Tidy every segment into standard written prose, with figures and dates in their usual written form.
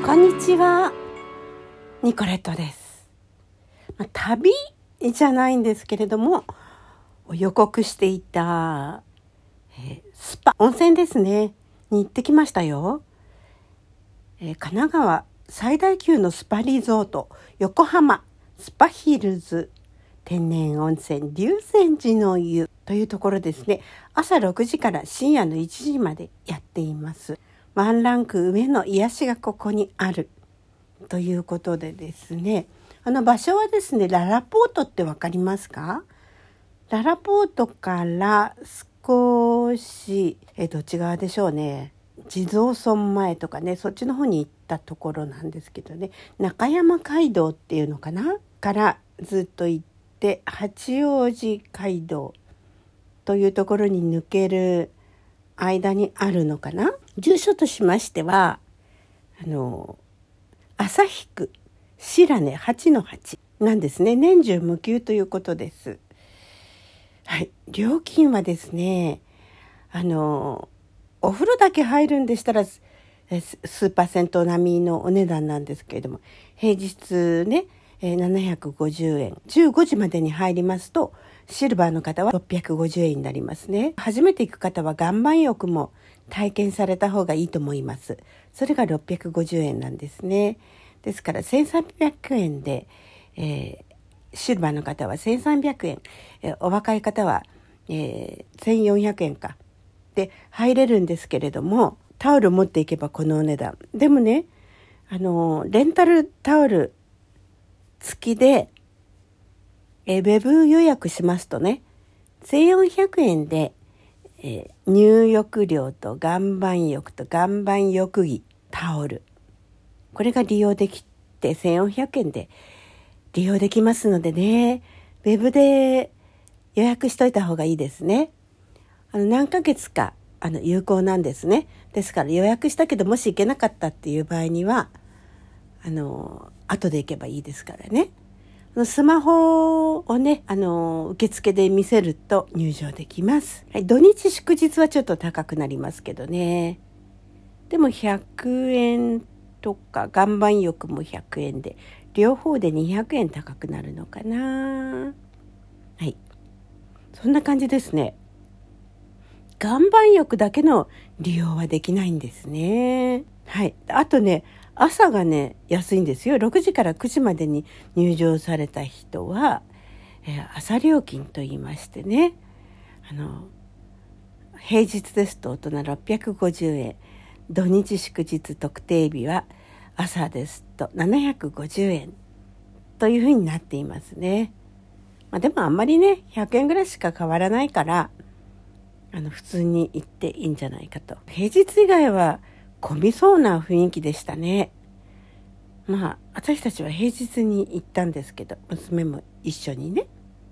こんにちは、ニコレットです。旅じゃないんですけれども、予告していた、スパ温泉ですねに行ってきましたよ。神奈川最大級のスパリゾート横浜スパヒルズ天然温泉龍泉寺の湯というところですね。朝6時から深夜の1時までやっています。ワンランク上の癒しがここにあるということでですね、場所はですね、ララポートってわかりますか？ララポートから少しどっち側でしょうね、地蔵村前とかね、そっちの方に行ったところなんですけどね、中山街道っていうのかなからずっと行って八王子街道というところに抜ける間にあるのかな。住所としましては旭区白根8-8なんですね。年中無休ということです。はい、料金はですね、お風呂だけ入るんでしたらスーパー銭湯並みのお値段なんですけれども、平日ね、750円、15時までに入りますとシルバーの方は650円になりますね。初めて行く方は岩盤浴も体験された方がいいと思います。それが650円なんですね。ですから1300円で、シルバーの方は1300円、お若い方は、1400円かで入れるんですけれども、タオル持っていけばこのお値段でもね、レンタルタオル付きで、ウェブ予約しますとね、1400円で、入浴料と岩盤浴と岩盤浴着タオル、これが利用できて1400円で利用できますのでね、ウェブで予約しといた方がいいですね。何ヶ月か有効なんですね。ですから予約したけどもし行けなかったっていう場合には後で行けばいいですからね。スマホをね受付で見せると入場できます。はい、土日祝日はちょっと高くなりますけどね。でも100円とか岩盤浴も100円で両方で200円高くなるのかな。はい、そんな感じですね。岩盤浴だけの利用はできないんですね。はい。あとね、朝がね安いんですよ。6時から9時までに入場された人は、朝料金と言いましてね、平日ですと大人650円、土日祝日特定日は朝ですと750円というふうになっていますね。でもあんまりね100円ぐらいしか変わらないから普通に行っていいんじゃないかと。平日以外は混みそうな雰囲気でしたね。私たちは平日に行ったんですけど、娘も一緒にね。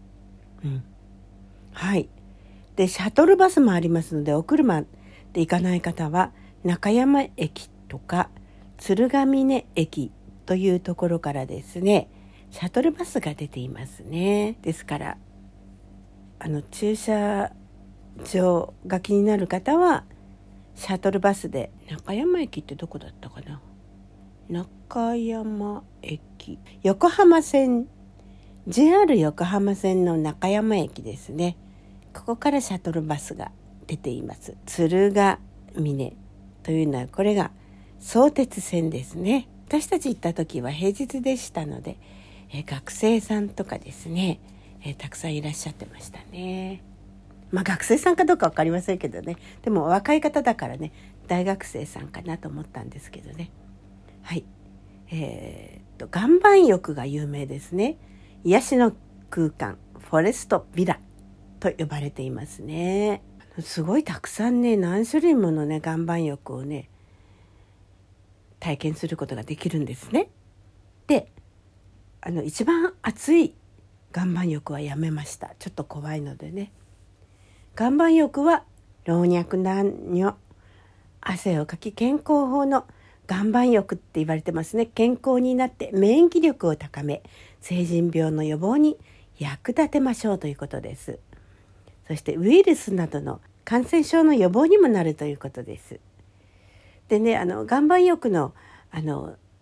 はい。でシャトルバスもありますので、お車で行かない方は中山駅とか鶴ヶ峰駅というところからですね、シャトルバスが出ていますね。ですから駐車場が気になる方はシャトルバスで、中山駅ってどこだったかな、中山駅、横浜線 JR 横浜線の中山駅ですね。ここからシャトルバスが出ています。鶴ヶ峰というのはこれが相鉄線ですね。私たち行った時は平日でしたので、学生さんとかですね、たくさんいらっしゃってましたね。学生さんかどうか分かりませんけどね、でも若い方だからね、大学生さんかなと思ったんですけどね。はい、岩盤浴が有名ですね。癒しの空間フォレストビラと呼ばれていますね。すごいたくさんね、何種類ものね岩盤浴をね体験することができるんですね。で一番熱い岩盤浴はやめました。ちょっと怖いのでね。岩盤浴は老若男女汗をかき健康法の岩盤浴って言われてますね。健康になって免疫力を高め、成人病の予防に役立てましょうということです。そしてウイルスなどの感染症の予防にもなるということです。でね、岩盤浴の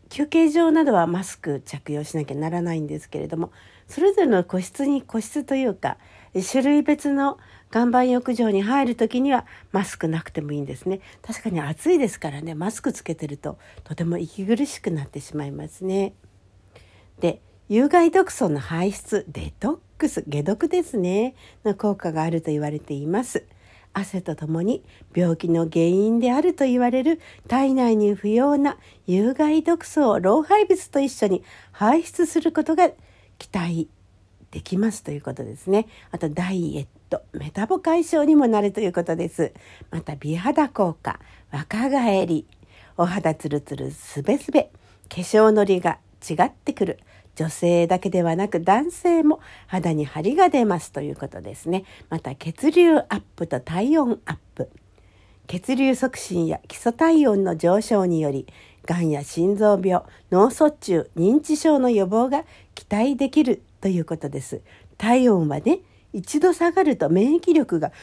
休憩所などはマスク着用しなきゃならないんですけれども、それぞれの個室というか種類別の岩盤浴場に入るときにはマスクなくてもいいんですね。確かに暑いですからね、マスクつけてるととても息苦しくなってしまいますね。で、有害毒素の排出、デトックス、解毒ですねの効果があると言われています。汗とともに病気の原因であると言われる体内に不要な有害毒素を老廃物と一緒に排出することが期待できますということですね。あとダイエット、メタボ解消にもなるということです。また美肌効果、若返り、お肌ツルツルスベスベ、化粧のりが違ってくる。女性だけではなく男性も肌に張りが出ますということですね。また血流アップと体温アップ。血流促進や基礎体温の上昇により、がんや心臓病、脳卒中、認知症の予防が期待できるということです。体温はね、一度下がると免疫力が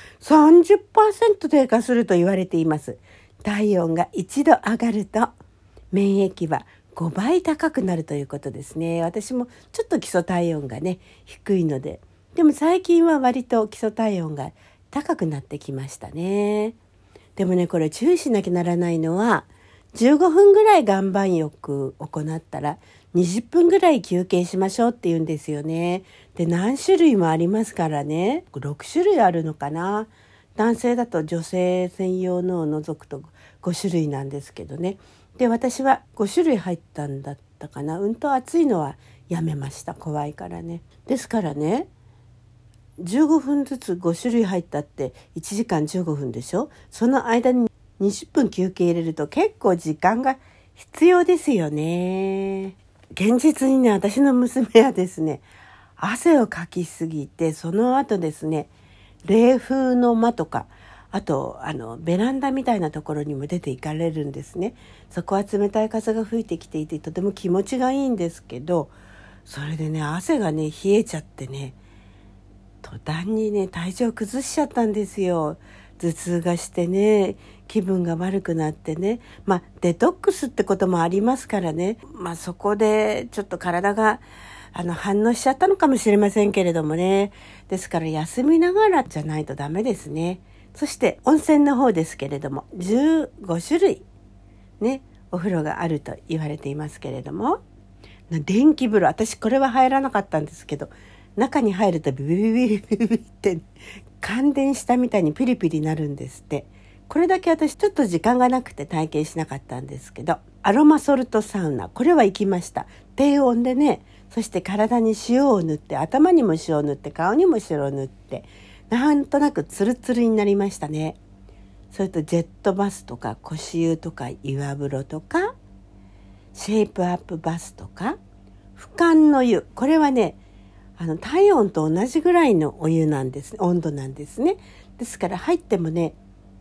30% 低下すると言われています。体温が一度上がると免疫は5倍高くなるということですね。私もちょっと基礎体温がね低いので、でも最近は割と基礎体温が高くなってきましたね。でもね、これ注意しなきゃならないのは、15分ぐらい岩盤浴を行ったら20分ぐらい休憩しましょうって言うんですよね。で、何種類もありますからね、6種類あるのかな。男性だと女性専用のを除くと5種類なんですけどね。で、私は5種類入ったんだったかな。暑いのはやめました。怖いからね。ですからね、15分ずつ5種類入ったって1時間15分でしょ。その間に20分休憩入れると結構時間が必要ですよね。現実にね、私の娘はですね、汗をかきすぎて、その後ですね、冷風の間とか、あとベランダみたいなところにも出て行かれるんですね。そこは冷たい風が吹いてきていてとても気持ちがいいんですけど、それでね、汗がね冷えちゃってね、途端にね体調崩しちゃったんですよ。頭痛がしてね、気分が悪くなってね、デトックスってこともありますからね、そこでちょっと体が反応しちゃったのかもしれませんけれどもね。ですから休みながらじゃないとダメですね。そして温泉の方ですけれども、15種類ね、お風呂があると言われていますけれども、電気風呂、私これは入らなかったんですけど、中に入るとビビビビビビビって感電したみたいにピリピリなるんですって。これだけ私ちょっと時間がなくて体験しなかったんですけど、アロマソルトサウナ、これは行きました。低温でね、そして体に塩を塗って、頭にも塩を塗って、顔にも塩を塗って、なんとなくツルツルになりましたね。それとジェットバスとか腰湯とか岩風呂とかシェイプアップバスとか俯瞰の湯、これはね体温と同じぐらいのお湯なんです、温度なんですね。ですから入ってもね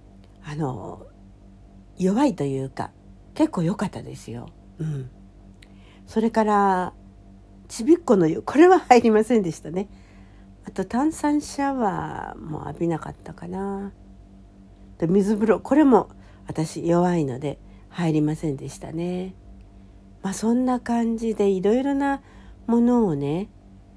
弱いというか結構良かったですよ。それからちびっこの湯、これは入りませんでしたね。あと炭酸シャワーも浴びなかったかな。で、水風呂、これも私弱いので入りませんでしたね。そんな感じでいろいろなものをね、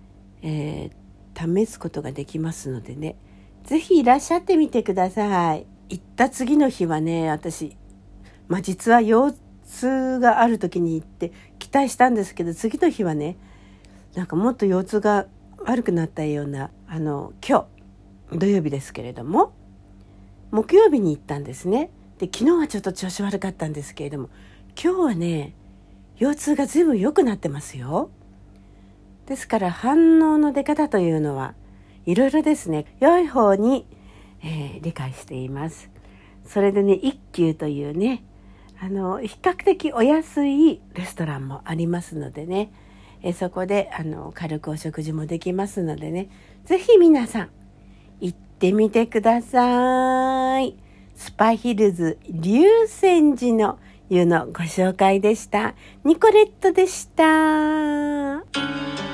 試すことができますのでね、ぜひいらっしゃってみてください。行った次の日はね、私実は腰痛がある時に行って期待したんですけど、次の日はね、もっと腰痛が悪くなったような今日土曜日ですけれども、木曜日に行ったんですね。で、昨日はちょっと調子悪かったんですけれども、今日はね腰痛が随分良くなってますよ。ですから反応の出方というのはいろいろですね、良い方に、理解しています。それでね、一休というね比較的お安いレストランもありますのでね、そこで軽くお食事もできますのでね、ぜひ皆さん行ってみてください。スパヒルズ竜泉寺の湯のご紹介でした。ニコレットでした。